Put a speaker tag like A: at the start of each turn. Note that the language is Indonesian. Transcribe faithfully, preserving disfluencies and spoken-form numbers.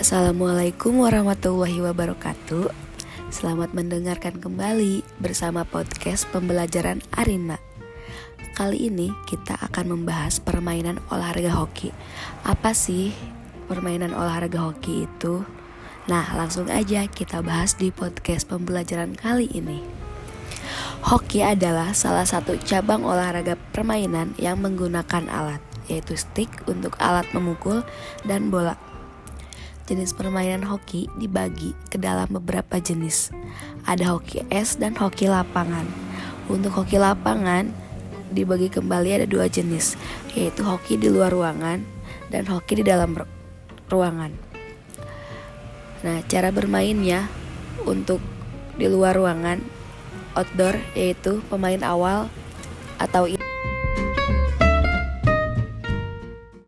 A: Assalamualaikum warahmatullahi wabarakatuh. Selamat mendengarkan kembali bersama podcast pembelajaran Arina. Kali ini kita akan membahas permainan olahraga hoki. Apa sih permainan olahraga hoki itu? Nah, langsung aja kita bahas di podcast pembelajaran kali ini. Hoki adalah salah satu cabang olahraga permainan yang menggunakan alat, yaitu stick untuk alat memukul dan bola. Jenis permainan hoki dibagi ke dalam beberapa jenis. Ada hoki es dan hoki lapangan. Untuk hoki lapangan dibagi kembali ada dua jenis, yaitu hoki di luar ruangan dan hoki di dalam ruangan. Nah, cara bermainnya untuk di luar ruangan, outdoor, yaitu pemain awal atau